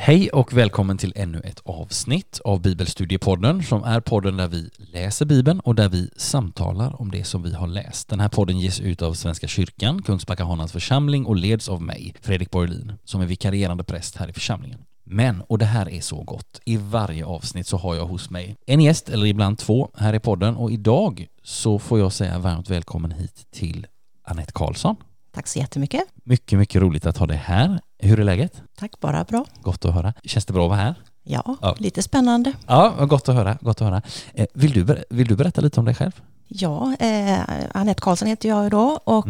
Hej och välkommen till ännu ett avsnitt av Bibelstudiepodden som är podden där vi läser Bibeln och där vi samtalar om det som vi har läst. Den här podden ges ut av Svenska kyrkan, Kungsbackahanans församling och leds av mig, Fredrik Borglin, som är vikarierande präst här i församlingen. Men, och det här är så gott, i varje avsnitt så har jag hos mig en gäst eller ibland två här i podden och idag så får jag säga varmt välkommen hit till Anette Karlsson. Tack så jättemycket. Mycket roligt att ha dig här. Hur är läget? Tack, bara bra. Gott att höra. Känns det bra att vara här? Ja, lite spännande. Ja, gott att höra. Vill du berätta lite om dig själv? Ja, Anette Karlsson heter jag då och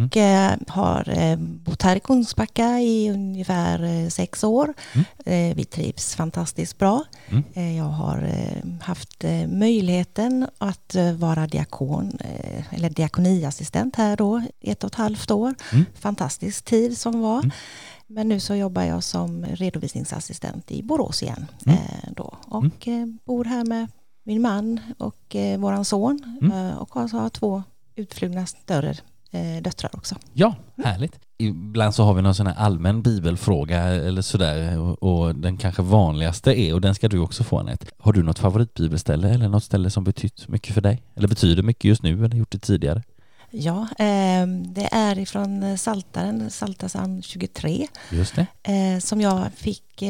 har bott här i Kungsbacka i ungefär 6 år. Vi trivs fantastiskt bra. Jag har haft möjligheten att vara diakon eller diakoniassistent här då 1,5 år. Fantastisk tid som var. Men nu så jobbar jag som redovisningsassistent i Borås igen då och bor här med min man och våran son och har 2 utflugna större döttrar också. Ja, härligt. Ibland så har vi någon sån här allmän bibelfråga eller sådär och den kanske vanligaste är, och den ska du också få, Anette. Har du något favoritbibelställe eller något ställe som betytt mycket för dig? Eller betyder mycket just nu eller gjort det tidigare? Ja, det är ifrån Psaltaren 23. Just det. Som jag fick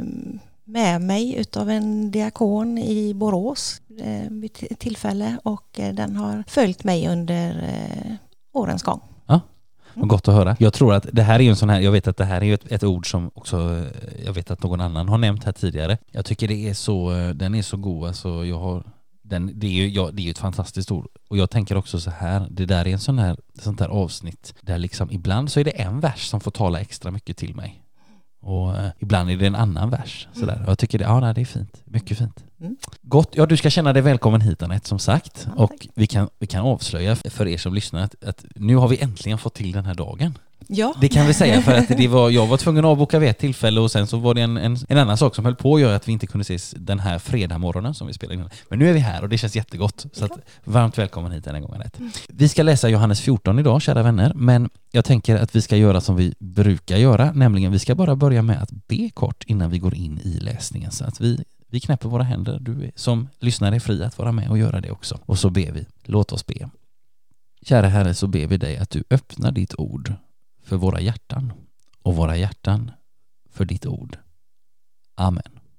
med mig utav en diakon i Borås vid tillfälle och den har följt mig under årens gång. Ja, och gott att höra. Jag tror att det här är ju en sån här, jag vet att det här är ett ord som också, jag vet att någon annan har nämnt här tidigare. Jag tycker det är så, den är så god, alltså det är ju ett fantastiskt ord. Och jag tänker också så här, det där är en sånt där avsnitt där liksom ibland så är det en vers som får tala extra mycket till mig. Och ibland är det en annan vers. Sådär. Och jag tycker det är fint. Mycket fint. Gott. Ja, du ska känna dig välkommen hit, Anette, som sagt. Ja, och vi kan avslöja för er som lyssnar att nu har vi äntligen fått till den här dagen. Ja. Det kan vi säga, för att jag var tvungen att avboka vid ett tillfälle och sen så var det en annan sak som höll på att göra att vi inte kunde ses den här fredag-morgonen som vi spelade in. Men nu är vi här och det känns jättegott. Så att, varmt välkommen hit en gång, Anette. Vi ska läsa Johannes 14 idag, kära vänner, men jag tänker att vi ska göra som vi brukar göra, nämligen vi ska bara börja med att be kort innan vi går in i läsningen, så att vi knäpper våra händer. Du som lyssnar är fri att vara med och göra det också. Och så ber vi. Låt oss be. Kära Herre, så ber vi dig att du öppnar ditt ord för våra hjärtan och våra hjärtan för ditt ord. Amen.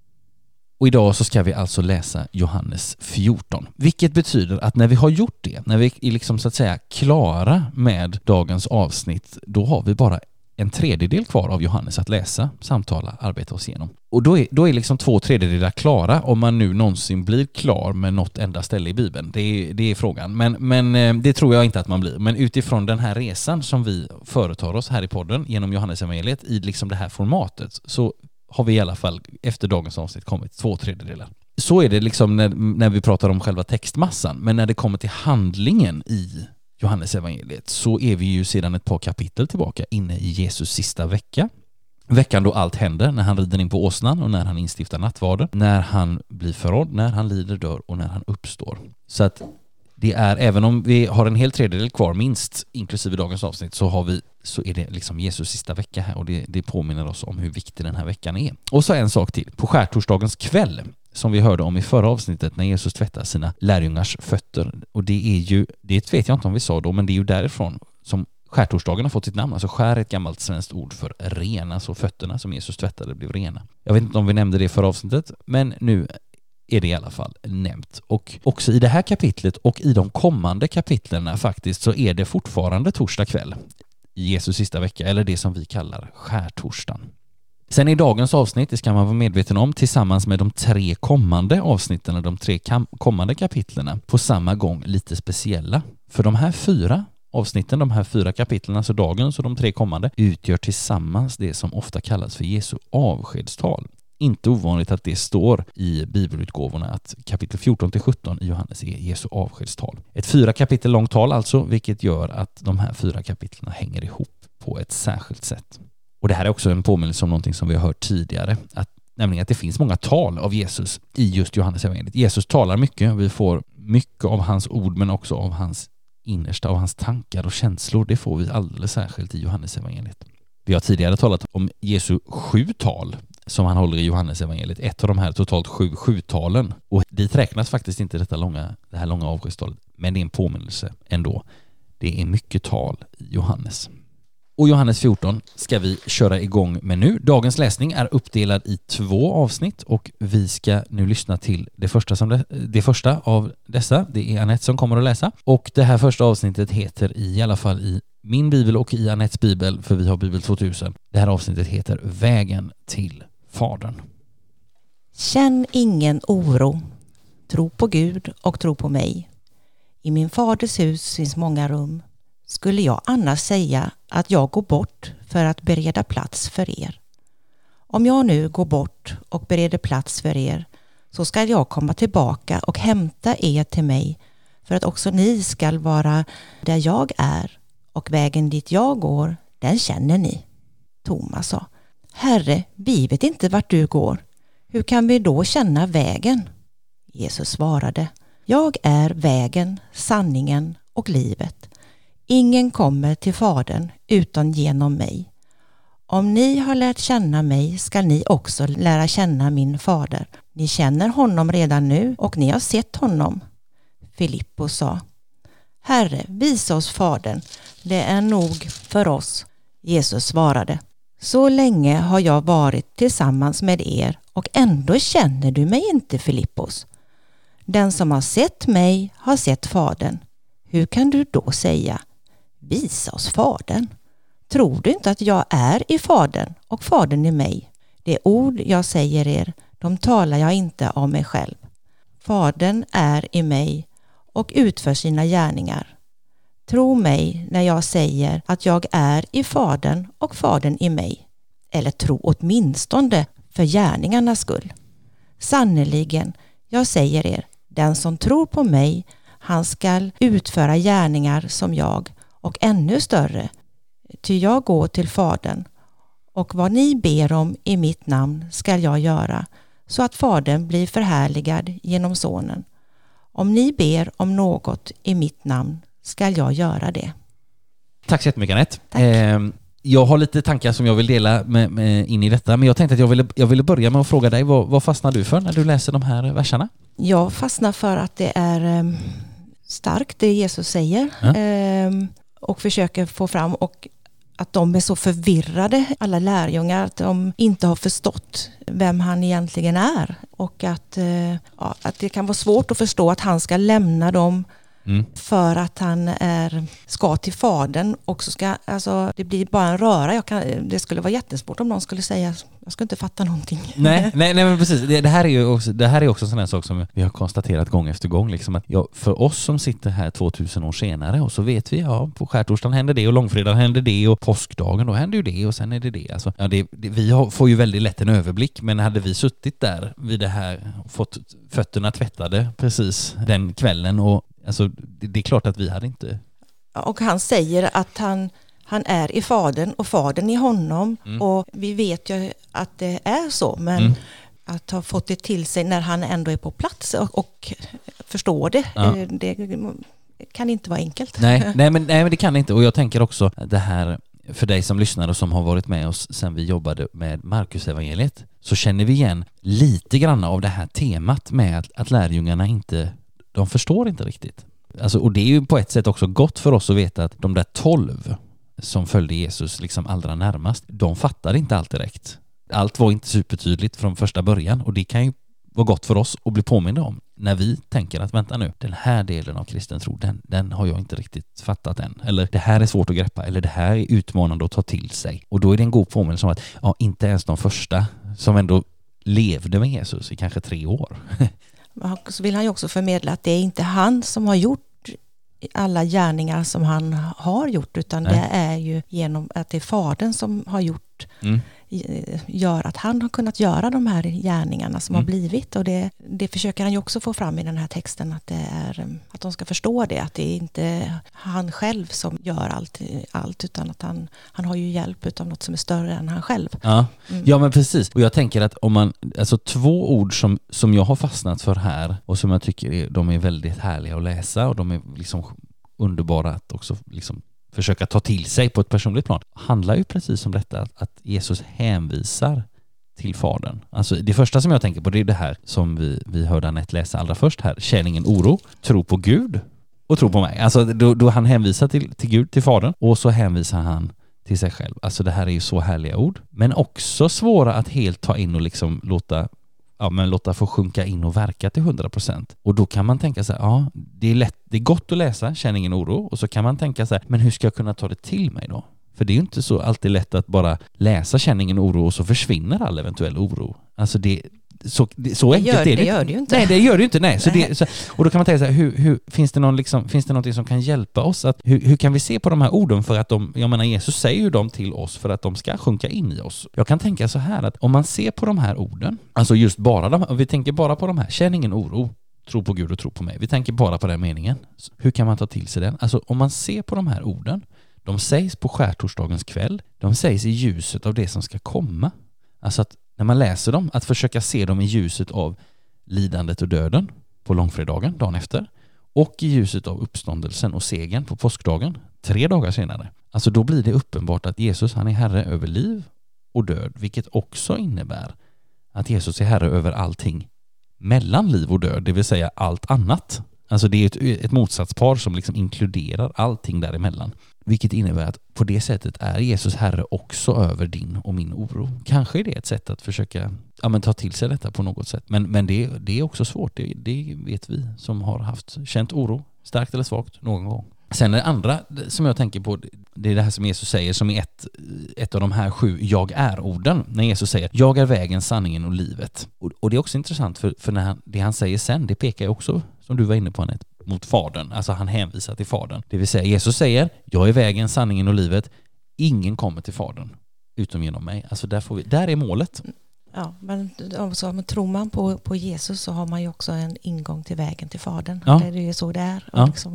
Och idag så ska vi alltså läsa Johannes 14, vilket betyder att när vi har gjort det, när vi är liksom så att säga klara med dagens avsnitt, då har vi bara 1/3 kvar av Johannes att läsa, samtala, arbeta oss igenom. Och då är liksom 2/3 klara, om man nu någonsin blir klar med något enda ställe i Bibeln. Det är frågan. Men det tror jag inte att man blir. Men utifrån den här resan som vi företar oss här i podden genom Johannes evangeliet i liksom det här formatet, så har vi i alla fall efter dagens avsnitt kommit 2/3. Så är det liksom när vi pratar om själva textmassan. Men när det kommer till handlingen i Johannes evangeliet så är vi ju sedan ett par kapitel tillbaka inne i Jesus sista vecka. Veckan då allt händer, när han rider in på åsnan och när han instiftar nattvarden, när han blir förrådd, när han lider, dör och när han uppstår. Så att det är, även om vi har en hel 1/3 kvar minst, inklusive dagens avsnitt, så är det liksom Jesus sista vecka här, och det påminner oss om hur viktig den här veckan är. Och så en sak till. På skärtorsdagens kväll, som vi hörde om i förra avsnittet, när Jesus tvättar sina lärjungars fötter. Och det vet jag inte om vi sa då, men det är ju därifrån som skärtorsdagen har fått sitt namn. Alltså skär är ett gammalt svenskt ord för rena, så fötterna som Jesus tvättade blev rena. Jag vet inte om vi nämnde det i förra avsnittet, men nu är det i alla fall nämnt. Och också i det här kapitlet och i de kommande kapitlerna faktiskt så är det fortfarande torsdag kväll i Jesus sista vecka, eller det som vi kallar skärtorsdagen. Sen i dagens avsnitt, det ska man vara medveten om, tillsammans med de 3 kommande avsnitten och de 3 kommande kapitlerna på samma gång lite speciella. För de här 4 avsnitten, de här 4 kapitlerna, så dagens och de 3 kommande, utgör tillsammans det som ofta kallas för Jesu avskedstal. Inte ovanligt att det står i bibelutgåvorna att kapitel 14-17 i Johannes är Jesu avskedstal. Ett 4 kapitel långt tal alltså, vilket gör att de här 4 kapitlerna hänger ihop på ett särskilt sätt. Och det här är också en påminnelse om någonting som vi har hört tidigare, nämligen att det finns många tal av Jesus i just Johannes evangeliet. Jesus talar mycket, vi får mycket av hans ord, men också av hans innersta, av hans tankar och känslor. Det får vi alldeles särskilt i Johannes evangeliet. Vi har tidigare talat om Jesu 7 tal som han håller i Johannes evangeliet. Ett av de här totalt 7 talen. Och dit räknas faktiskt inte det här långa avskedstalet. Men det är en påminnelse ändå. Det är mycket tal i Johannes. Och Johannes 14 ska vi köra igång med nu. Dagens läsning är uppdelad i 2 avsnitt och vi ska nu lyssna till det första av dessa. Det är Anette som kommer att läsa. Och det här första avsnittet heter i alla fall i min bibel och i Anettes bibel, för vi har Bibel 2000. Det här avsnittet heter Vägen till Fadern. Känn ingen oro. Tro på Gud och tro på mig. I min faders hus finns många rum. Skulle jag annars säga att jag går bort för att bereda plats för er? Om jag nu går bort och bereder plats för er, så ska jag komma tillbaka och hämta er till mig, för att också ni ska vara där jag är, och vägen dit jag går, den känner ni. Thomas sa: Herre, vi vet inte vart du går. Hur kan vi då känna vägen? Jesus svarade: Jag är vägen, sanningen och livet. Ingen kommer till Fadern utan genom mig. Om ni har lärt känna mig ska ni också lära känna min fader. Ni känner honom redan nu och ni har sett honom. Filippos sa: Herre, visa oss Fadern. Det är nog för oss. Jesus svarade: Så länge har jag varit tillsammans med er och ändå känner du mig inte, Filippos. Den som har sett mig har sett Fadern. Hur kan du då säga: Visa oss Fadern? Tror du inte att jag är i Fadern och Fadern i mig? Det ord jag säger er, de talar jag inte av mig själv. Fadern är i mig och utför sina gärningar. Tro mig när jag säger att jag är i Fadern och Fadern i mig. Eller tro åtminstone för gärningarnas skull. Sannerligen, jag säger er, den som tror på mig, han skall utföra gärningar som jag och ännu större. Ty jag går till Fadern, och vad ni ber om i mitt namn skall jag göra, så att Fadern blir förhärligad genom Sonen. Om ni ber om något i mitt namn skall jag göra det. Tack så jättemycket, Anette. Tack. Jag har lite tankar som jag vill dela med in i detta, men jag tänkte att jag ville börja med att fråga dig, vad fastnar du för när du läser de här verserna? Jag fastnar för att det är starkt det Jesus säger, och försöker få fram, och att de är så förvirrade, alla lärjungar, att de inte har förstått vem han egentligen är, och att det kan vara svårt att förstå att han ska lämna dem för att han ska till Fadern, och så ska, alltså, det blir bara en röra. Det skulle vara jättesvårt om någon skulle säga: jag ska inte fatta någonting. Nej men precis. Det här är också en sån här sak som vi har konstaterat gång efter gång. Liksom att för oss som sitter här 2000 år senare, och så vet vi, på skärtorsdagen händer det, och långfredagen händer det, och påskdagen då händer ju det, och sen är det. Alltså, får ju väldigt lätt en överblick, men hade vi suttit där vid det här, fått fötterna tvättade precis den kvällen, och alltså, det är klart att vi hade inte... Och han säger att han är i Fadern och Fadern i honom. Och vi vet ju att det är så, men att ha fått det till sig när han ändå är på plats och förstår det, det kan inte vara enkelt. Nej, men det kan inte. Och jag tänker också det här, för dig som lyssnar och som har varit med oss sen vi jobbade med Markus evangeliet, så känner vi igen lite grann av det här temat med att lärjungarna de förstår inte riktigt. Alltså, och det är ju på ett sätt också gott för oss att veta att de där 12 som följde Jesus liksom allra närmast, de fattade inte allt direkt. Allt var inte supertydligt från första början, och det kan ju vara gott för oss att bli påminna om när vi tänker att vänta nu, den här delen av kristen tro, den har jag inte riktigt fattat än. Eller det här är svårt att greppa, eller det här är utmanande att ta till sig. Och då är det en god påminnelse om att inte ens de första som ändå levde med Jesus i kanske 3 år. Så vill han ju också förmedla att det är inte han som har gjort alla gärningar som han har gjort, utan det är ju genom att det är Fadern som har gör att han har kunnat göra de här gärningarna som har blivit, och det försöker han ju också få fram i den här texten, att det är att de ska förstå det, att det är inte han själv som gör allt utan att han har ju hjälp av något som är större än han själv. Ja, men precis. Och jag tänker att om man, alltså 2 ord som jag har fastnat för här, och som jag tycker de är väldigt härliga att läsa, och de är liksom underbara att också liksom försöka ta till sig på ett personligt plan, handlar ju precis om detta, att Jesus hänvisar till Fadern. Alltså det första som jag tänker på, det är det här som vi hörde Anette läsa allra först här. Känn ingen oro, tro på Gud och tro på mig. Alltså då han hänvisar till Gud, till Fadern, och så hänvisar han till sig själv. Alltså det här är ju så härliga ord, men också svåra att helt ta in och liksom låta få sjunka in och verka till 100%. Och då kan man tänka så här, det är gott att läsa, känn ingen oro, och så kan man tänka så här, men hur ska jag kunna ta det till mig då? För det är ju inte så alltid lätt att bara läsa känn ingen oro och så försvinner all eventuell oro. Alltså så enkelt är det. Det gör det ju inte. Nej, det gör det ju inte. Nej. Och då kan man tänka så här, hur finns det någonting som kan hjälpa oss? Hur kan vi se på de här orden för att Jesus säger ju dem till oss för att de ska sjunka in i oss. Jag kan tänka så här att om man ser på de här orden, alltså just bara vi tänker bara på de här, känn ingen oro, tro på Gud och tro på mig. Vi tänker bara på den meningen. Hur kan man ta till sig den? Alltså om man ser på de här orden, de sägs på skärtorsdagens kväll, de sägs i ljuset av det som ska komma. Alltså att när man läser dem, att försöka se dem i ljuset av lidandet och döden på långfredagen, dagen efter, och i ljuset av uppståndelsen och segern på påskdagen, 3 dagar senare. Alltså då blir det uppenbart att Jesus, han är herre över liv och död, vilket också innebär att Jesus är herre över allting mellan liv och död, det vill säga allt annat. Alltså det är ett motsatspar som liksom inkluderar allting däremellan. Vilket innebär att på det sättet är Jesus herre också över din och min oro. Kanske är det ett sätt att försöka ta till sig detta på något sätt. Men det är också svårt. Det vet vi som har känt oro, starkt eller svagt, någon gång. Sen är det andra som jag tänker på, det är det här som Jesus säger som är ett av de här 7 jag är-orden. När Jesus säger jag är vägen, sanningen och livet. Och det är också intressant för det han säger sen, det pekar ju också, som du var inne på Anette, mot Fadern. Alltså han hänvisar till Fadern. Det vill säga Jesus säger jag är vägen, sanningen och livet. Ingen kommer till Fadern utom genom mig. Alltså där är målet. Ja, men tror man på Jesus så har man ju också en ingång till vägen till Fadern. Ja. Det är ju så det är.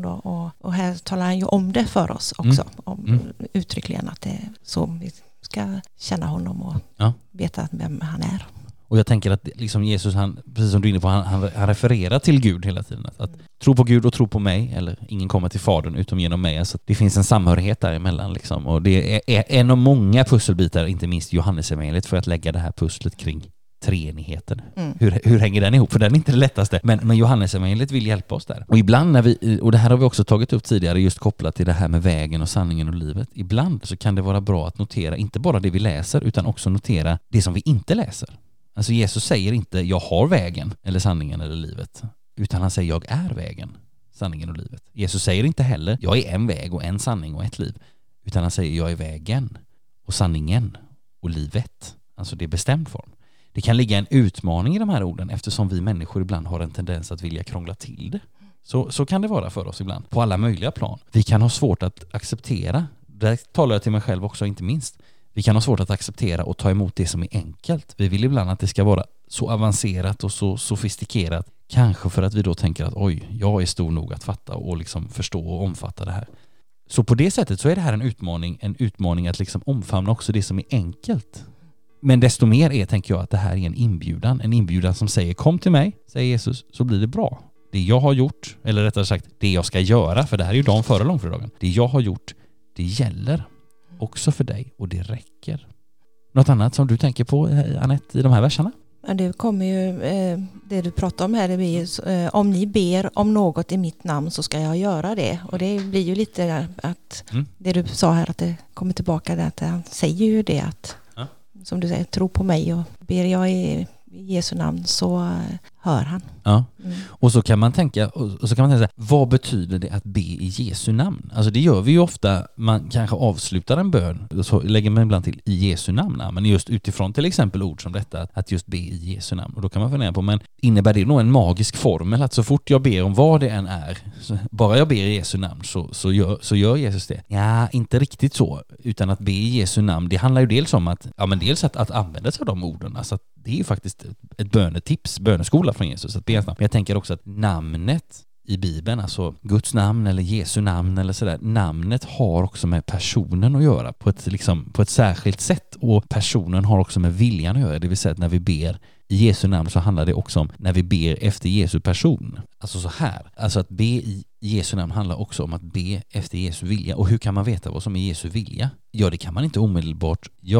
Och här talar han ju om det för oss också. Uttryckligen att det är så vi ska känna honom och veta vem han är. Och jag tänker att liksom Jesus, precis som du är inne på, han refererar till Gud hela tiden. Att tro på Gud och tro på mig, eller ingen kommer till Fadern utom genom mig. Alltså det finns en samhörighet däremellan. Liksom. Och det är en av många pusselbitar, inte minst Johannesevangeliet, för att lägga det här pusslet kring treenigheten. Hur hänger den ihop? För den är inte det lättaste. Men Johannesevangeliet vill hjälpa oss där. Och ibland och det här har vi också tagit upp tidigare, just kopplat till det här med vägen och sanningen och livet. Ibland så kan det vara bra att notera inte bara det vi läser, utan också notera det som vi inte läser. Alltså Jesus säger inte jag har vägen eller sanningen eller livet, utan han säger jag är vägen, sanningen och livet. Jesus säger inte heller jag är en väg och en sanning och ett liv, utan han säger jag är vägen och sanningen och livet. Alltså det är bestämd form. Det kan ligga en utmaning i de här orden eftersom vi människor ibland har en tendens att vilja krångla till det. Så kan det vara för oss ibland, på alla möjliga plan. Vi kan ha svårt att acceptera, där talar jag till mig själv också inte minst, vi kan ha svårt att acceptera och ta emot det som är enkelt. Vi vill ibland att det ska vara så avancerat och så sofistikerat. Kanske för att vi då tänker att jag är stor nog att fatta och liksom förstå och omfatta det här. Så på det sättet så är det här en utmaning att liksom omfamna också det som är enkelt. Men desto mer tänker jag, att det här är en inbjudan som säger kom till mig, säger Jesus, så blir det bra. Det jag har gjort, eller rättare sagt det jag ska göra, för det här är ju dagen före långfredagen. Det jag har gjort, det gäller också för dig och det räcker. Något annat som du tänker på, Anette, i de här verserna? Ja, det kommer ju, det du pratar om här, det blir ju, om ni ber om något i mitt namn så ska jag göra det. Och det blir ju lite att det du sa här, att det kommer tillbaka där, att han säger ju det att som du säger, tro på mig, och ber jag i Jesu namn så hör han. Ja. Och så kan man tänka så här, vad betyder det att be i Jesu namn? Alltså det gör vi ju ofta, man kanske avslutar en bön och så lägger man ibland till i Jesu namn, men just utifrån till exempel ord som detta, att just be i Jesu namn. Och då kan man fundera på, men innebär det nog en magisk formel att så fort jag ber om vad det än är, bara jag ber i Jesu namn så gör Jesus det? Ja, inte riktigt så, utan att be i Jesu namn, det handlar ju dels om att använda sig av de orden, alltså att det är ju faktiskt ett böneskola från Jesus att be hans namn. Men jag tänker också att namnet i Bibeln, alltså Guds namn eller Jesu namn eller sådär, namnet har också med personen att göra på ett särskilt sätt, och personen har också med viljan att göra. Det vill säga att när vi ber i Jesu namn så handlar det också om när vi ber efter Jesu person. Alltså så här. Alltså att be i Jesu namn handlar också om att be efter Jesu vilja. Och hur kan man veta vad som är Jesu vilja? Ja, det kan man inte omedelbart göra.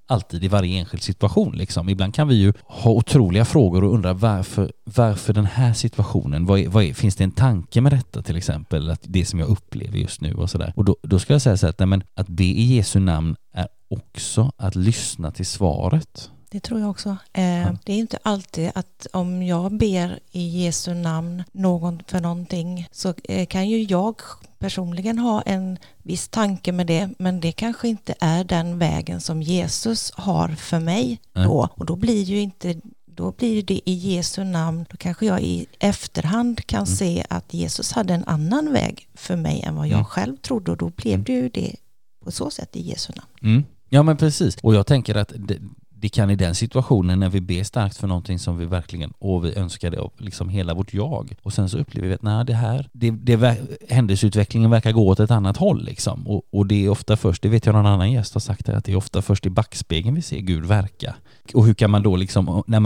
alltid i varje enskild situation. Liksom. Ibland kan vi ju ha otroliga frågor och undra varför den här situationen, finns det en tanke med detta till exempel, att det som jag upplever just nu och sådär. Och då ska jag säga så här att be i Jesu namn är också att lyssna till svaret. Det tror jag också. Det är inte alltid att om jag ber i Jesu namn för någonting så kan ju jag personligen ha en viss tanke med det, men det kanske inte är den vägen som Jesus har för mig då. Och då blir det i Jesu namn. Då kanske jag i efterhand kan se att Jesus hade en annan väg för mig än vad jag själv trodde, och då blev det ju det på så sätt i Jesu namn. Ja, men precis. Och jag tänker att det kan i den situationen när vi ber starkt för någonting som vi verkligen vi önskar det av liksom hela vårt jag, och sen så upplever vi att händelseutvecklingen verkar gå åt ett annat håll liksom. Och det är ofta först, det vet jag någon annan gäst har sagt att det är ofta först i backspegeln vi ser Gud verka. Och hur kan man då liksom, när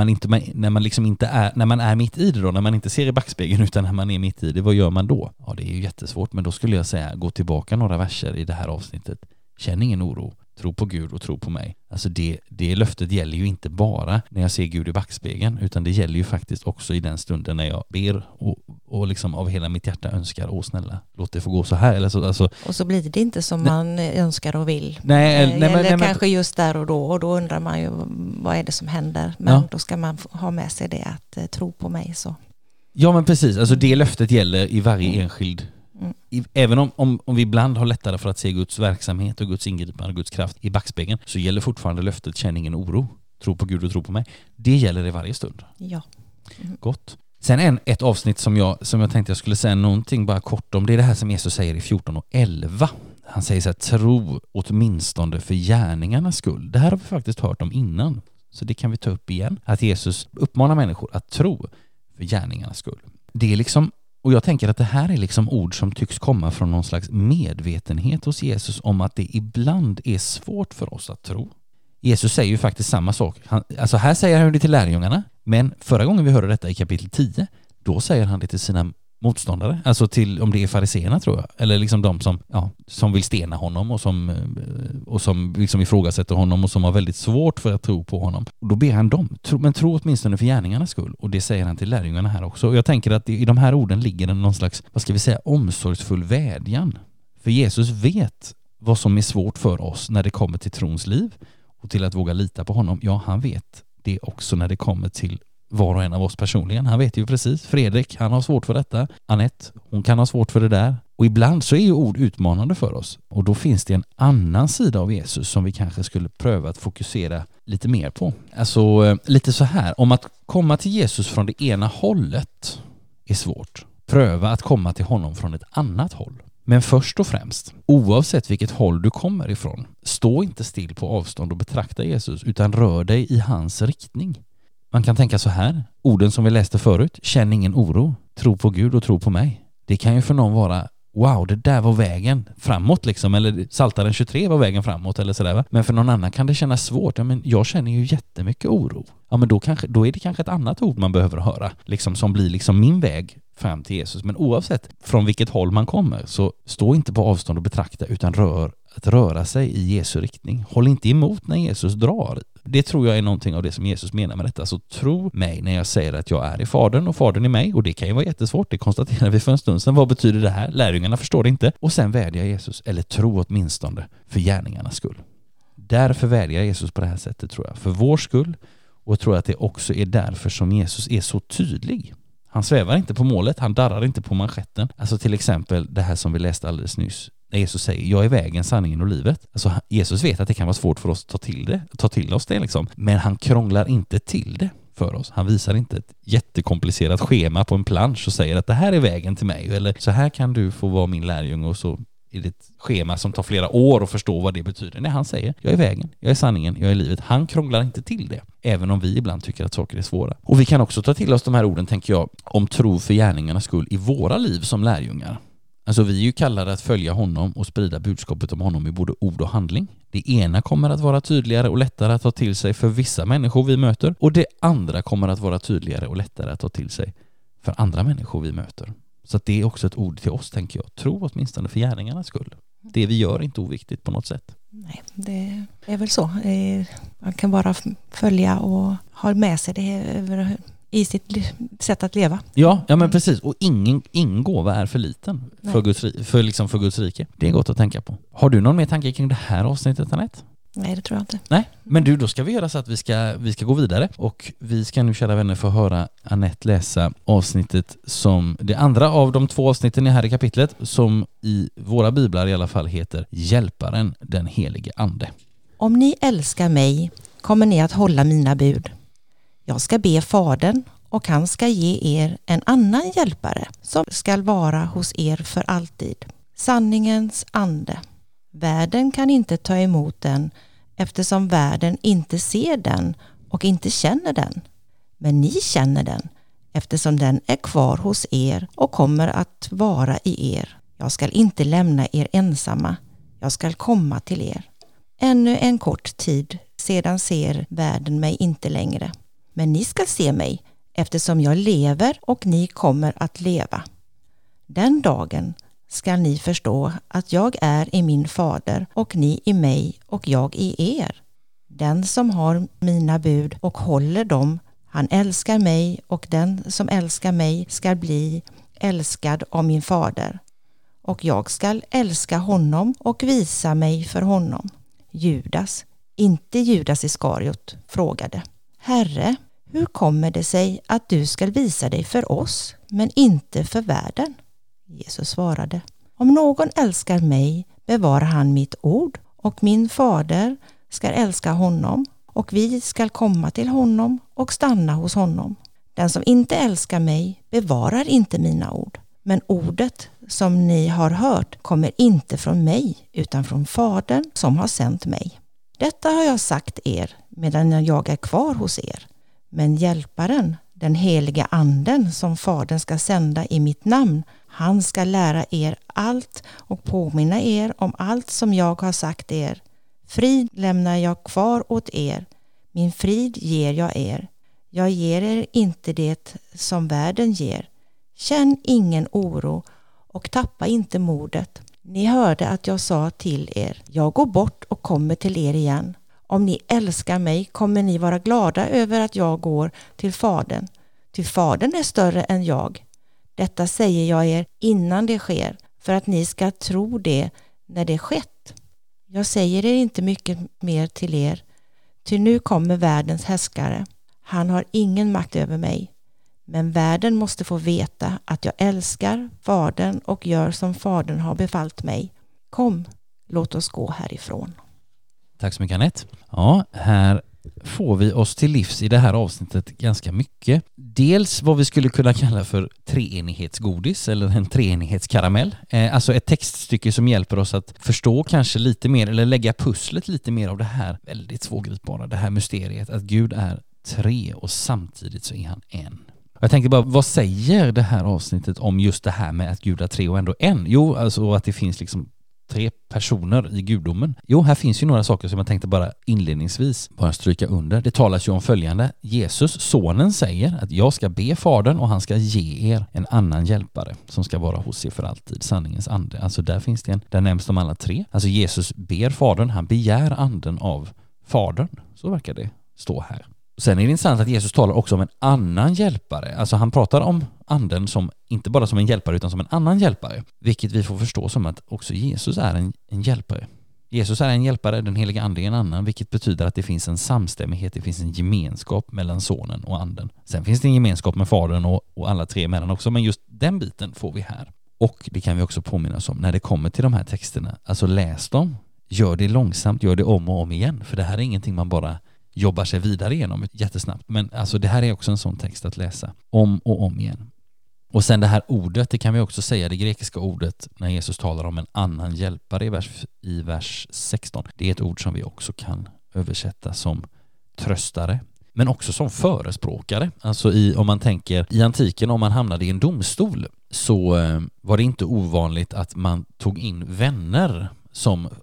man är mitt i det då, när man inte ser i backspegeln utan när man är mitt i det, vad gör man då? Ja, det är ju jättesvårt, men då skulle jag säga, gå tillbaka några verser i det här avsnittet. Känn ingen oro. Tro på Gud och tro på mig. Alltså det löftet gäller ju inte bara när jag ser Gud i backspegeln, utan det gäller ju faktiskt också i den stunden när jag ber och liksom av hela mitt hjärta önskar, snälla, låt det få gå så här. Eller så, alltså, och så blir det inte som man önskar och vill. Nej, kanske just där och då undrar man ju vad är det som händer. Men då ska man ha med sig det att tro på mig. Så. Ja, men precis. Alltså det löftet gäller i varje enskild. Även om vi ibland har lättare för att se Guds verksamhet och Guds ingripande och Guds kraft i backspegeln, så gäller fortfarande löftet känn ingen oro. Tro på Gud och tro på mig. Det gäller i varje stund. Ja. Gott. Sen ett avsnitt som jag tänkte jag skulle säga någonting bara kort om, det är det här som Jesus säger i 14 och 11. Han säger så här: tro åtminstone för gärningarnas skull. Det här har vi faktiskt hört om innan, så det kan vi ta upp igen. Att Jesus uppmanar människor att tro för gärningarnas skull. Det är liksom, och jag tänker att det här är liksom ord som tycks komma från någon slags medvetenhet hos Jesus om att det ibland är svårt för oss att tro. Jesus säger ju faktiskt samma sak. Här säger han det till lärjungarna, men förra gången vi hörde detta i kapitel 10, då säger han det till sina motståndare. Alltså till, om det är fariseerna tror jag, eller liksom de som vill stena honom och som liksom ifrågasätter honom och som har väldigt svårt för att tro på honom. Och då ber han dem, men tro åtminstone för gärningarnas skull. Och det säger han till lärjungarna här också. Och jag tänker att i de här orden ligger någon slags, omsorgsfull vädjan. För Jesus vet vad som är svårt för oss när det kommer till trons liv och till att våga lita på honom. Ja, han vet det också när det kommer till var och en av oss personligen. Han vet ju precis. Fredrik, han har svårt för detta. Annette, hon kan ha svårt för det där. Och ibland så är ju ord utmanande för oss. Och då finns det en annan sida av Jesus som vi kanske skulle pröva att fokusera lite mer på. Alltså lite så här. Om att komma till Jesus från det ena hållet är svårt. Pröva att komma till honom från ett annat håll. Men först och främst, oavsett vilket håll du kommer ifrån, stå inte still på avstånd och betrakta Jesus, utan rör dig i hans riktning. Man kan tänka så här, orden som vi läste förut, känn ingen oro, tro på Gud och tro på mig. Det kan ju för någon vara, wow, det där var vägen framåt liksom, eller Psaltaren 23 var vägen framåt eller sådär va? Men för någon annan kan det kännas svårt. Ja, men jag känner ju jättemycket oro. Ja, men då är det kanske ett annat ord man behöver höra, liksom, som blir liksom min väg fram till Jesus. Men oavsett från vilket håll man kommer, så stå inte på avstånd och betrakta, utan röra sig i Jesu riktning. Håll inte emot när Jesus drar. Det tror jag är någonting av det som Jesus menar med detta. Så tro mig när jag säger att jag är i Fadern och Fadern i mig. Och det kan ju vara jättesvårt, det konstaterar vi för en stund sedan. Vad betyder det här? Lärjungarna förstår det inte. Och sen vädjar Jesus, eller tro åtminstone för gärningarnas skull. Därför vädjar Jesus på det här sättet, tror jag. För vår skull, och jag tror att det också är därför som Jesus är så tydlig. Han svävar inte på målet, han darrar inte på manschetten. Alltså till exempel det här som vi läste alldeles nyss. När Jesus säger, jag är vägen, sanningen och livet. Alltså Jesus vet att det kan vara svårt för oss att ta till oss det liksom. Men han krånglar inte till det för oss. Han visar inte ett jättekomplicerat schema på en plansch och säger att det här är vägen till mig. Eller så här kan du få vara min lärjunge, och så är det ett schema som tar flera år att förstå vad det betyder. Nej, han säger, jag är vägen, jag är sanningen, jag är livet. Han krånglar inte till det. Även om vi ibland tycker att saker är svåra. Och vi kan också ta till oss de här orden, tänker jag, om tro för gärningarnas skull i våra liv som lärjungar. Alltså vi är ju kallade att följa honom och sprida budskapet om honom i både ord och handling. Det ena kommer att vara tydligare och lättare att ta till sig för vissa människor vi möter, och det andra kommer att vara tydligare och lättare att ta till sig för andra människor vi möter. Så att det är också ett ord till oss, tänker jag. Tro åtminstone för gärningarnas skull. Det vi gör är inte oviktigt på något sätt. Nej, det är väl så. Man kan bara följa och ha med sig det i sitt sätt att leva. Ja, men precis. Och ingen gåva är för liten för Guds rike. Det är gott att tänka på. Har du någon mer tanke kring det här avsnittet, Anette? Nej, det tror jag inte. Nej, men du, då ska vi göra så att vi ska gå vidare. Och vi ska nu, kära vänner, få höra Anette läsa avsnittet som det andra av de 2 avsnitten i här i kapitlet, som i våra biblar i alla fall heter Hjälparen, den helige ande. Om ni älskar mig kommer ni att hålla mina bud. Jag ska be Fadern och han ska ge er en annan hjälpare som ska vara hos er för alltid. Sanningens ande. Världen kan inte ta emot den eftersom världen inte ser den och inte känner den. Men ni känner den eftersom den är kvar hos er och kommer att vara i er. Jag ska inte lämna er ensamma. Jag ska komma till er. Ännu en kort tid, sedan ser världen mig inte längre. Men ni ska se mig eftersom jag lever och ni kommer att leva. Den dagen ska ni förstå att jag är i min fader och ni i mig och jag i er. Den som har mina bud och håller dem, han älskar mig, och den som älskar mig ska bli älskad av min fader. Och jag ska älska honom och visa mig för honom. Judas, inte Judas Iskariot, frågade: Herre, hur kommer det sig att du ska visa dig för oss, men inte för världen? Jesus svarade: Om någon älskar mig bevarar han mitt ord, och min fader ska älska honom, och vi ska komma till honom och stanna hos honom. Den som inte älskar mig bevarar inte mina ord, men ordet som ni har hört kommer inte från mig utan från Fadern som har sänt mig. Detta har jag sagt er medan jag är kvar hos er. Men hjälparen, den heliga anden som Fadern ska sända i mitt namn, han ska lära er allt och påminna er om allt som jag har sagt er. Frid lämnar jag kvar åt er, min frid ger jag er. Jag ger er inte det som världen ger. Känn ingen oro och tappa inte modet. Ni hörde att jag sa till er: jag går bort och kommer till er igen. Om ni älskar mig kommer ni vara glada över att jag går till Fadern. Ty Fadern är större än jag. Detta säger jag er innan det sker, för att ni ska tro det när det skett. Jag säger er inte mycket mer till er, ty nu kommer världens härskare. Han har ingen makt över mig. Men världen måste få veta att jag älskar Fadern och gör som Fadern har befallt mig. Kom, låt oss gå härifrån. Tack så mycket, Anette. Ja, här får vi oss till livs i det här avsnittet ganska mycket. Dels vad vi skulle kunna kalla för treenighetsgodis eller en treenighetskaramell. Alltså ett textstycke som hjälper oss att förstå kanske lite mer eller lägga pusslet lite mer av det här väldigt svårgripbara, det här mysteriet att Gud är tre och samtidigt så är han en. Jag tänkte bara, vad säger det här avsnittet om just det här med att Gud är tre och ändå en? Jo, alltså att det finns liksom 3 personer i gudomen. Jo, här finns ju några saker som jag tänkte bara inledningsvis bara stryka under. Det talas ju om följande. Jesus, sonen, säger att jag ska be Fadern och han ska ge er en annan hjälpare som ska vara hos er för alltid, sanningens ande. Alltså där finns det där nämns de alla 3. Alltså Jesus ber Fadern, han begär anden av Fadern. Så verkar det stå här. Sen är det intressant att Jesus talar också om en annan hjälpare. Alltså han pratar om anden som inte bara som en hjälpare utan som en annan hjälpare. Vilket vi får förstå som att också Jesus är en hjälpare. Jesus är en hjälpare, den heliga ande är en annan. Vilket betyder att det finns en samstämmighet, det finns en gemenskap mellan sonen och anden. Sen finns det en gemenskap med Fadern och alla 3 emellan också. Men just den biten får vi här. Och det kan vi också påminna oss om när det kommer till de här texterna. Alltså läs dem, gör det långsamt, gör det om och om igen. För det här är ingenting man bara jobbar sig vidare igenom jättesnabbt. Men alltså det här är också en sån text att läsa om och om igen. Och sen det här ordet, det kan vi också säga, det grekiska ordet när Jesus talar om en annan hjälpare i vers 16. Det är ett ord som vi också kan översätta som tröstare. Men också som förespråkare. Alltså om man tänker i antiken, om man hamnade i en domstol så var det inte ovanligt att man tog in vänner som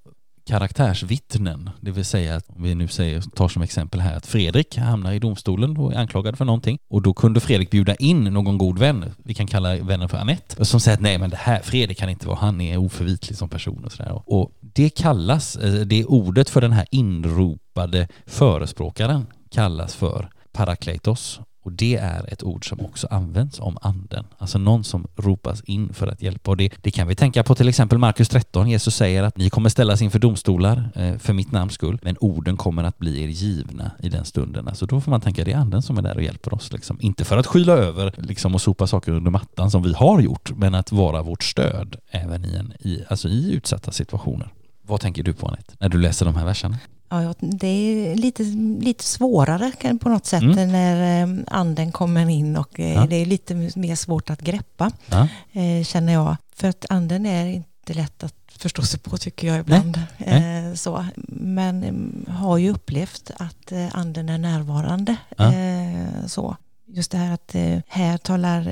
karaktärsvittnen. Det vill säga att om vi nu tar som exempel här att Fredrik hamnar i domstolen och är anklagad för någonting. Och då kunde Fredrik bjuda in någon god vän. Vi kan kalla vännen för Anette. Som säger att nej men det här, Fredrik kan inte vara, han är oförvitlig som person och sådär. Och det kallas, det ordet för den här inropade förespråkaren kallas för parakletos. Och det är ett ord som också används om anden. Alltså någon som ropas in för att hjälpa. Och det kan vi tänka på till exempel Markus 13. Jesus säger att ni kommer ställas inför domstolar för mitt namns skull. Men orden kommer att bli er givna i den stunden. Alltså då får man tänka att det är anden som är där och hjälper oss. Liksom. Inte för att skyla över liksom, och sopa saker under mattan som vi har gjort. Men att vara vårt stöd även i utsatta situationer. Vad tänker du på, Anette, när du läser de här verserna? Ja, det är lite svårare på något sätt när anden kommer in och det är lite mer svårt att greppa, känner jag. För att anden är inte lätt att förstå sig på, tycker jag ibland. Så. Men har ju upplevt att anden är närvarande. Så. Just det här att här talar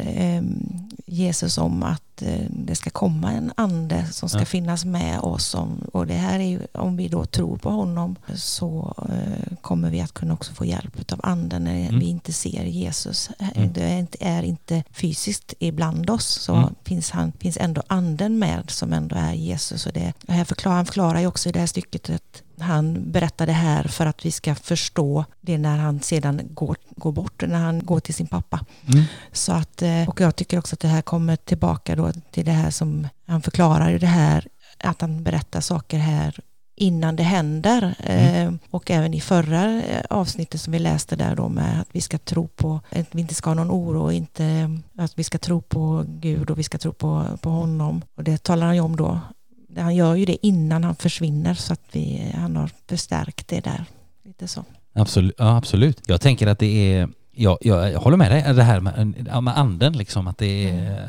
Jesus om att det ska komma en ande som ska finnas med oss. Och det här är ju, om vi då tror på honom så kommer vi att kunna också få hjälp av anden när vi inte ser Jesus. Det är inte fysiskt ibland oss, så finns ändå anden med som ändå är Jesus. Och han förklarar ju också i det här stycket att han berättar det här för att vi ska förstå det när han sedan går bort, när han går till sin pappa. Så att, och jag tycker också att det här kommer tillbaka då till det här som han förklarar ju det här, att han berättar saker här innan det händer. Och även i förra avsnittet som vi läste där då med att vi ska tro på, att vi inte ska ha någon oro, inte att vi ska tro på Gud och vi ska tro på honom. Och det talar han ju om då. Han gör ju det innan han försvinner, så att han har förstärkt det där. Lite så. Absolut, ja, absolut. Jag tänker att det är... Jag håller med dig, det här med anden, liksom, att det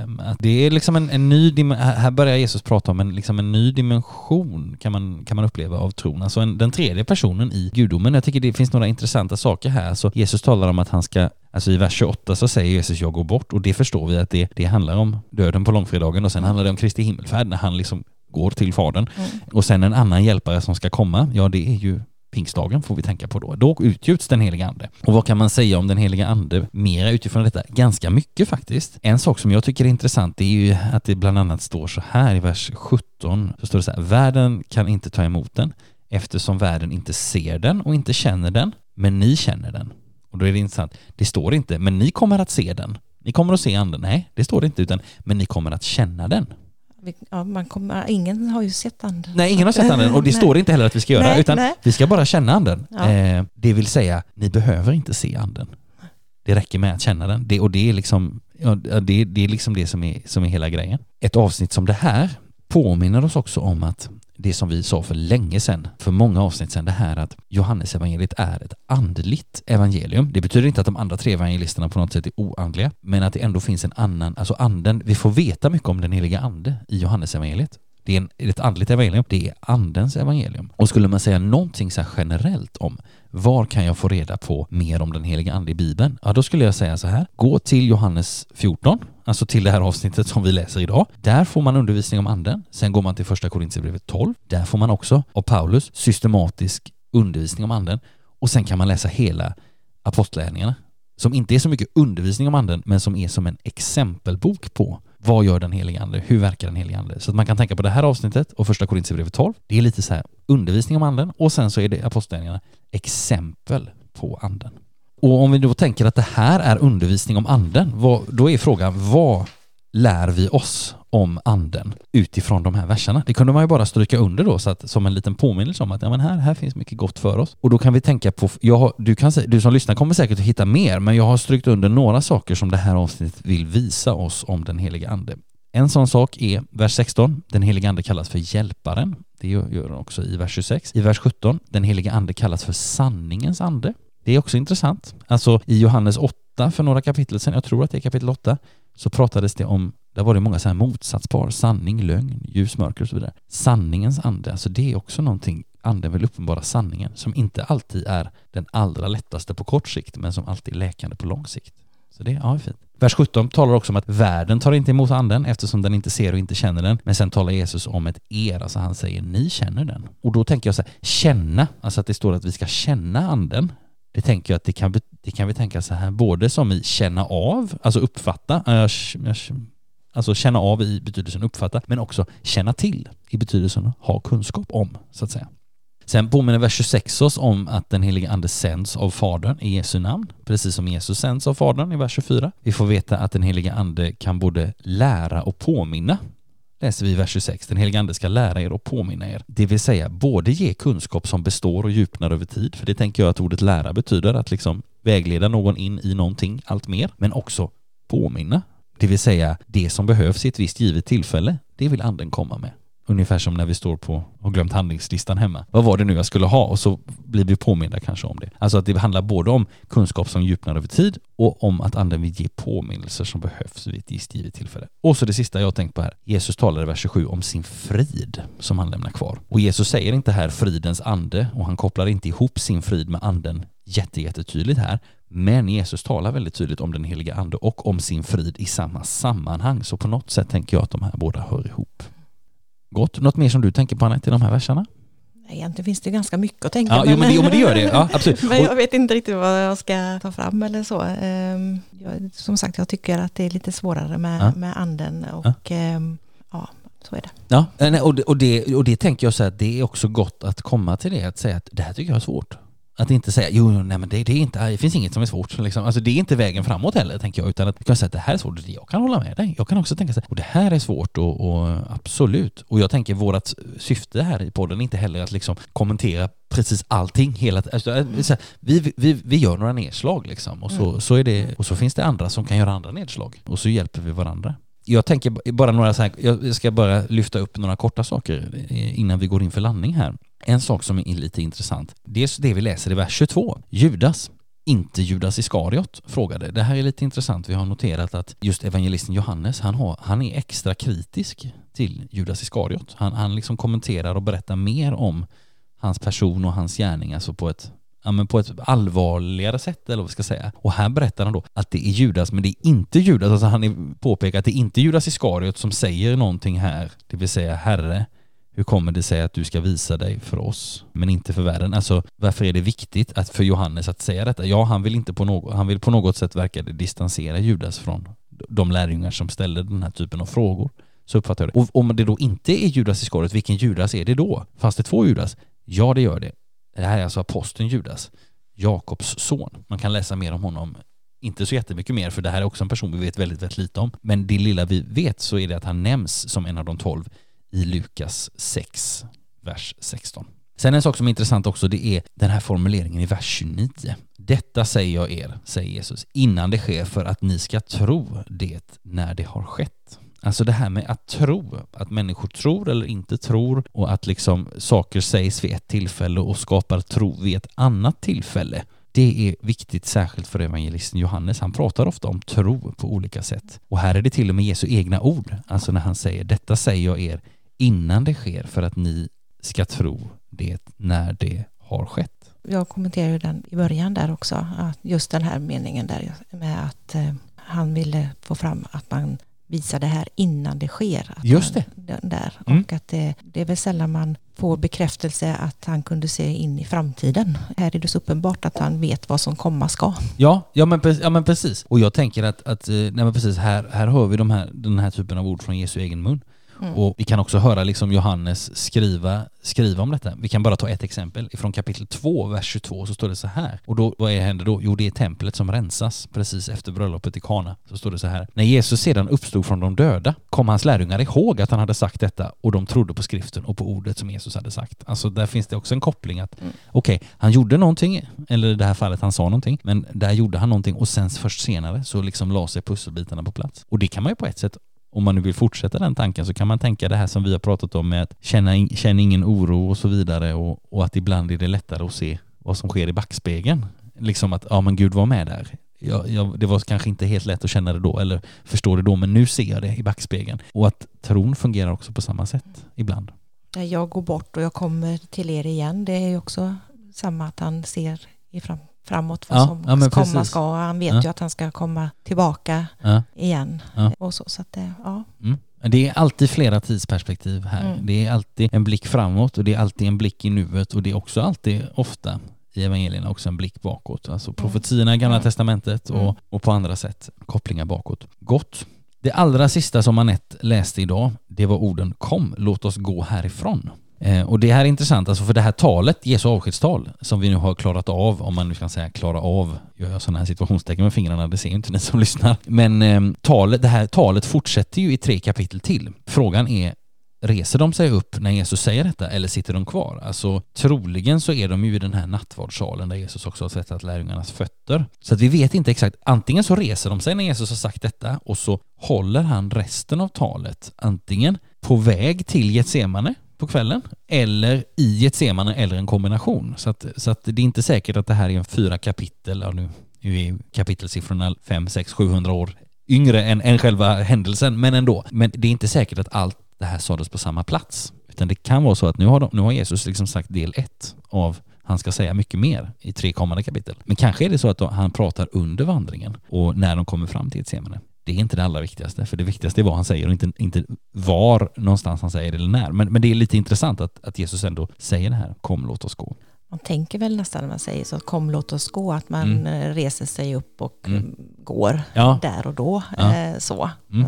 är liksom en ny dimension. Här börjar Jesus prata om en ny dimension kan man uppleva av tron. Alltså den tredje personen i gudomen. Jag tycker det finns några intressanta saker här. Alltså Jesus talar om att han ska, alltså i vers 28 så säger Jesus jag går bort, och det förstår vi att det handlar om döden på långfredagen, och sen handlar det om Kristi himmelfärd när han liksom går till Fadern. Och sen en annan hjälpare som ska komma, ja det är ju pingstdagen, får vi tänka på då. Då utgjuts den heliga ande. Och vad kan man säga om den heliga ande mera utifrån detta? Ganska mycket faktiskt. En sak som jag tycker är intressant är ju att det bland annat står så här i vers 17. Så står det så här: världen kan inte ta emot den eftersom världen inte ser den och inte känner den, men ni känner den. Och då är det intressant. Det står inte, men ni kommer att se den. Ni kommer att se anden. Nej, det står det inte, utan men ni kommer att känna den. Ja, ingen har ju sett anden. Nej, ingen har sett anden, och det står inte heller att vi ska göra, utan vi ska bara känna anden. Ja. Det vill säga, ni behöver inte se anden. Det räcker med att känna den. Och det är liksom, det är liksom det som är hela grejen. Ett avsnitt som det här påminner oss också om att det som vi sa för länge sedan, för många avsnitt sedan, det här att Johannes evangeliet är ett andligt evangelium. Det betyder inte att de andra 3 evangelisterna på något sätt är oandliga, men att det ändå finns en annan, alltså anden, vi får veta mycket om den heliga ande i Johannes evangeliet. Det är ett andligt evangelium, det är andens evangelium. Och skulle man säga någonting så här generellt om var kan jag få reda på mer om den heliga ande i Bibeln? Ja, då skulle jag säga så här: gå till Johannes 14, alltså till det här avsnittet som vi läser idag. Där får man undervisning om anden. Sen går man till första Korinthierbrevet 12. Där får man också av Paulus systematisk undervisning om anden. Och sen kan man läsa hela apostlagärningarna, som inte är så mycket undervisning om anden, men som är som en exempelbok på vad gör den heliga ande, hur verkar den heliga ande. Så att man kan tänka på det här avsnittet och första Korinthierbrevet 12. Det är lite så här undervisning om anden, och sen så är det apostlagärningarna exempel på anden. Och om vi då tänker att det här är undervisning om anden, då är frågan, vad lär vi oss om anden utifrån de här verserna? Det kunde man ju bara stryka under då, så att, som en liten påminnelse om att ja, men här finns mycket gott för oss. Och då kan vi tänka på, du som lyssnar kommer säkert att hitta mer, men jag har strykt under några saker som det här avsnittet vill visa oss om den heliga ande. En sån sak är vers 16, den heliga ande kallas för hjälparen. Det gör den också i vers 26. I vers 17, den heliga ande kallas för sanningens ande. Det är också intressant. Alltså i Johannes 8 för några kapitel sedan, jag tror att det är kapitel 8, så pratades det om, där var det många så här motsatspar, sanning, lögn, ljus, mörker och så vidare. Sanningens ande, alltså det är också någonting, anden vill uppenbara sanningen, som inte alltid är den allra lättaste på kort sikt, men som alltid är läkande på lång sikt. Så det är fint. Vers 17 talar också om att världen tar inte emot anden eftersom den inte ser och inte känner den. Men sen talar Jesus om ett er, alltså han säger ni känner den. Och då tänker jag så här, känna, alltså att det står att vi ska känna anden. Det tänker jag att det kan vi tänka så här, både som i känna av, alltså uppfatta, alltså känna av i betydelsen uppfatta, men också känna till i betydelsen ha kunskap om, så att säga. Sen påminner vers 26 oss om att den helige ande sänds av Fadern i Jesu namn, precis som Jesus sänds av Fadern i vers 24. Vi får veta att den helige ande kan både lära och påminna. Läser vi i vers 26. Den helige ande ska lära er och påminna er. Det vill säga både ge kunskap som består och djupnar över tid. För det tänker jag att ordet lära betyder att liksom vägleda någon in i någonting allt mer. Men också påminna. Det vill säga det som behövs i ett visst givet tillfälle. Det vill anden komma med. Ungefär som när vi står på och glömt handlingslistan hemma. Vad var det nu jag skulle ha? Och så blir vi påminda kanske om det. Alltså att det handlar både om kunskap som djupnar över tid och om att anden vill ge påminnelser som behövs vid ett givet tillfälle. Och så det sista jag har tänkt på här. Jesus talar i vers 27 om sin frid som han lämnar kvar. Och Jesus säger inte här fridens ande och han kopplar inte ihop sin frid med anden jättetydligt här. Men Jesus talar väldigt tydligt om den heliga ande och om sin frid i samma sammanhang. Så på något sätt tänker jag att de här båda hör ihop. Gott. Något mer som du tänker på, Anette, i de här verserna? Egentligen finns det ganska mycket att tänka på. Ja, men det gör det. Ja, absolut. Men jag vet inte riktigt vad jag ska ta fram eller så. Som sagt, jag tycker att det är lite svårare med anden och så är det. Ja, och det tänker jag så att det är också gott att komma till det, att säga att det här tycker jag är svårt. Att inte säga, men det finns inget som är svårt. Liksom. Alltså det är inte vägen framåt heller, tänker jag. Utan att du kan säga att det här är svårt, jag kan hålla med dig. Jag kan också tänka så här, och det här är svårt och absolut. Och jag tänker vårt syfte här i podden är inte heller att liksom kommentera precis allting. Vi gör några nedslag liksom. Och så är det, och så finns det andra som kan göra andra nedslag. Och så hjälper vi varandra. Jag tänker bara jag ska bara lyfta upp några korta saker innan vi går in för landning här. En sak som är lite intressant, det är det vi läser i vers 22. Judas, inte Judas Iskariot, frågade. Det här är lite intressant. Vi har noterat att just evangelisten Johannes, han är extra kritisk till Judas Iskariot. Han liksom kommenterar och berättar mer om hans person och hans gärning, alltså på ett allvarligare sätt, eller vad vi ska säga. Och här berättar han då att det är Judas, men det är inte Judas. Alltså han påpekar att det är inte Judas Iskariot som säger någonting här. Det vill säga, Herre, hur kommer det sig att du ska visa dig för oss, men inte för världen? Alltså, varför är det viktigt att för Johannes att säga detta? Ja, han vill på något sätt verka distansera Judas från de lärjungar som ställer den här typen av frågor. Så uppfattar jag det. Och om det då inte är Judas Iskariot, vilken Judas är det då? Fast det är 2 Judas? Ja, det gör det. Det här är alltså aposteln Judas, Jakobs son. Man kan läsa mer om honom, inte så jättemycket mer, för det här är också en person vi vet väldigt, väldigt lite om. Men det lilla vi vet så är det att han nämns som en av de 12 i Lukas 6, vers 16. Sen en sak som är intressant också, det är den här formuleringen i vers 29. Detta säger jag er, säger Jesus, innan det sker, för att ni ska tro det när det har skett. Alltså det här med att tro, att människor tror eller inte tror, och att liksom saker sägs vid ett tillfälle och skapar tro vid ett annat tillfälle. Det är viktigt, särskilt för evangelisten Johannes. Han pratar ofta om tro på olika sätt. Och här är det till och med Jesu egna ord. Alltså när han säger, detta säger jag er innan det sker, för att ni ska tro det när det har skett. Jag kommenterade den i början där också, att just den här meningen där med att han ville få fram att man visar det här innan det sker. Att just det. Och att det är väl sällan man får bekräftelse att han kunde se in i framtiden. Här är det så uppenbart att han vet vad som komma ska. Ja, men precis. Och jag tänker att precis, här hör vi den här typen av ord från Jesu egen mun. Och vi kan också höra liksom Johannes skriva om detta. Vi kan bara ta ett exempel. Från kapitel 2, vers 22, så står det så här. Och då, vad händer då? Jo, det är templet som rensas precis efter bröllopet i Kana. Så står det så här. När Jesus sedan uppstod från de döda kom hans lärjungar ihåg att han hade sagt detta, och de trodde på skriften och på ordet som Jesus hade sagt. Alltså där finns det också en koppling att okej, han gjorde någonting, eller i det här fallet han sa någonting, men där gjorde han någonting, och sen först senare så liksom la sig pusselbitarna på plats. Och det kan man ju på ett sätt, om man nu vill fortsätta den tanken, så kan man tänka det här som vi har pratat om med att känna ingen oro och så vidare, och att ibland är det lättare att se vad som sker i backspegeln. Liksom att, ja men Gud var med där. Det var kanske inte helt lätt att känna det då eller förstå det då, men nu ser jag det i backspegeln. Och att tron fungerar också på samma sätt ibland. Jag går bort och jag kommer till er igen. Det är ju också samma, att han ser i framåt vad som men komma precis. ska. Han vet ju att han ska komma tillbaka igen. Och så att det, Det är alltid flera tidsperspektiv här. Det är alltid en blick framåt och det är alltid en blick i nuet och det är också alltid ofta i evangelierna också en blick bakåt. Alltså profetierna i Gamla testamentet och på andra sätt kopplingar bakåt. Gott. Det allra sista som Anette läste idag, det var orden kom, låt oss gå härifrån. Och det här är intressant, alltså för det här talet, Jesu avskedstal, som vi nu har klarat av, om man nu kan säga klara av, gör jag sådana här situationstecken med fingrarna, det ser inte ni som lyssnar. Men det här talet fortsätter ju i 3 kapitel till. Frågan är, reser de sig upp när Jesus säger detta eller sitter de kvar? Alltså troligen så är de ju i den här nattvardssalen där Jesus också har tvättat lärjungarnas fötter. Så att vi vet inte exakt, antingen så reser de sig när Jesus har sagt detta och så håller han resten av talet antingen på väg till Getsemane på kvällen eller i Getsemane eller en kombination. Så att det är inte säkert att det här är en 4 kapitel, ja, nu är kapitelsiffrorna 5, 6, 700 år yngre än själva händelsen, men ändå. Men det är inte säkert att allt det här sades på samma plats. Utan det kan vara så att nu har Jesus liksom sagt del 1 av han ska säga mycket mer i 3 kommande kapitel. Men kanske är det så att han pratar under vandringen och när de kommer fram till Getsemane. Det är inte det allra viktigaste, för det viktigaste är vad han säger och inte var någonstans han säger det eller när. Men det är lite intressant att Jesus ändå säger det här, kom låt oss gå. Man tänker väl nästan när man säger så, kom låt oss gå, att man reser sig upp och går där och då. Så.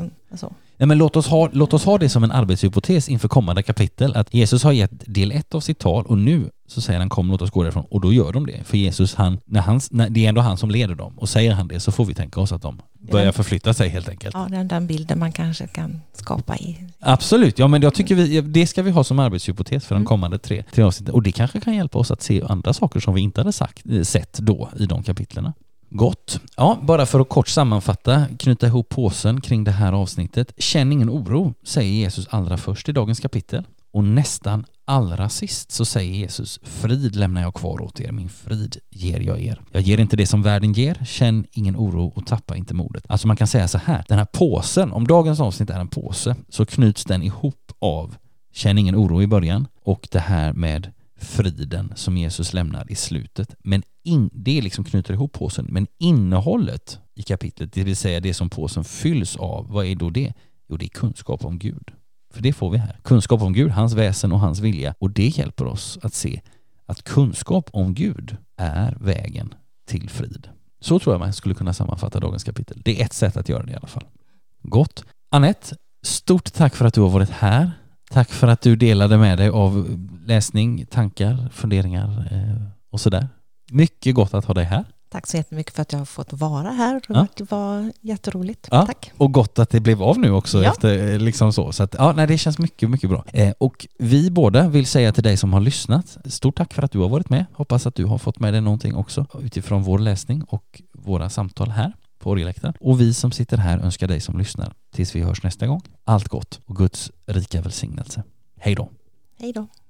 Nej, men låt oss ha det som en arbetshypotes inför kommande kapitel, att Jesus har gett del 1 av sitt tal och nu så säger han kom låt oss gå därifrån, och då gör de det. För Jesus, när det är ändå han som leder dem, och säger han det så får vi tänka oss att de börjar förflytta sig helt enkelt. Ja, den bilden man kanske kan skapa i. Absolut, ja, men jag tycker det ska vi ha som arbetshypotes för de kommande 3 avsnitten, och det kanske kan hjälpa oss att se andra saker som vi inte hade sett då i de kapitlerna. Gott. Ja, bara för att kort sammanfatta, knyta ihop påsen kring det här avsnittet. Känn ingen oro, säger Jesus allra först i dagens kapitel. Och nästan allra sist så säger Jesus, frid lämnar jag kvar åt er, min frid ger jag er. Jag ger inte det som världen ger, känn ingen oro och tappa inte modet. Alltså man kan säga så här, den här påsen, om dagens avsnitt är en påse, så knyts den ihop av känn ingen oro i början och det här med friden som Jesus lämnar i slutet. Men det liksom knyter ihop påsen. Men innehållet i kapitlet, det vill säga det som påsen fylls av, vad är då det? Jo, det är kunskap om Gud. För det får vi här. Kunskap om Gud, hans väsen och hans vilja. Och det hjälper oss att se att kunskap om Gud är vägen till frid. Så tror jag man skulle kunna sammanfatta dagens kapitel. Det är ett sätt att göra det i alla fall. Gott. Anette, stort tack för att du har varit här. Tack för att du delade med dig av läsning, tankar, funderingar och sådär. Mycket gott att ha dig här. Tack så jättemycket för att jag har fått vara här. Det var jätteroligt. Ja, tack. Och gott att det blev av nu också efter liksom så. Så att, det känns mycket, mycket bra. Och vi båda vill säga till dig som har lyssnat, stort tack för att du har varit med. Hoppas att du har fått med dig någonting också utifrån vår läsning och våra samtal här på Orgelläktaren. Och vi som sitter här önskar dig som lyssnar tills vi hörs nästa gång. Allt gott och Guds rika välsignelse. Hej då. Hej då.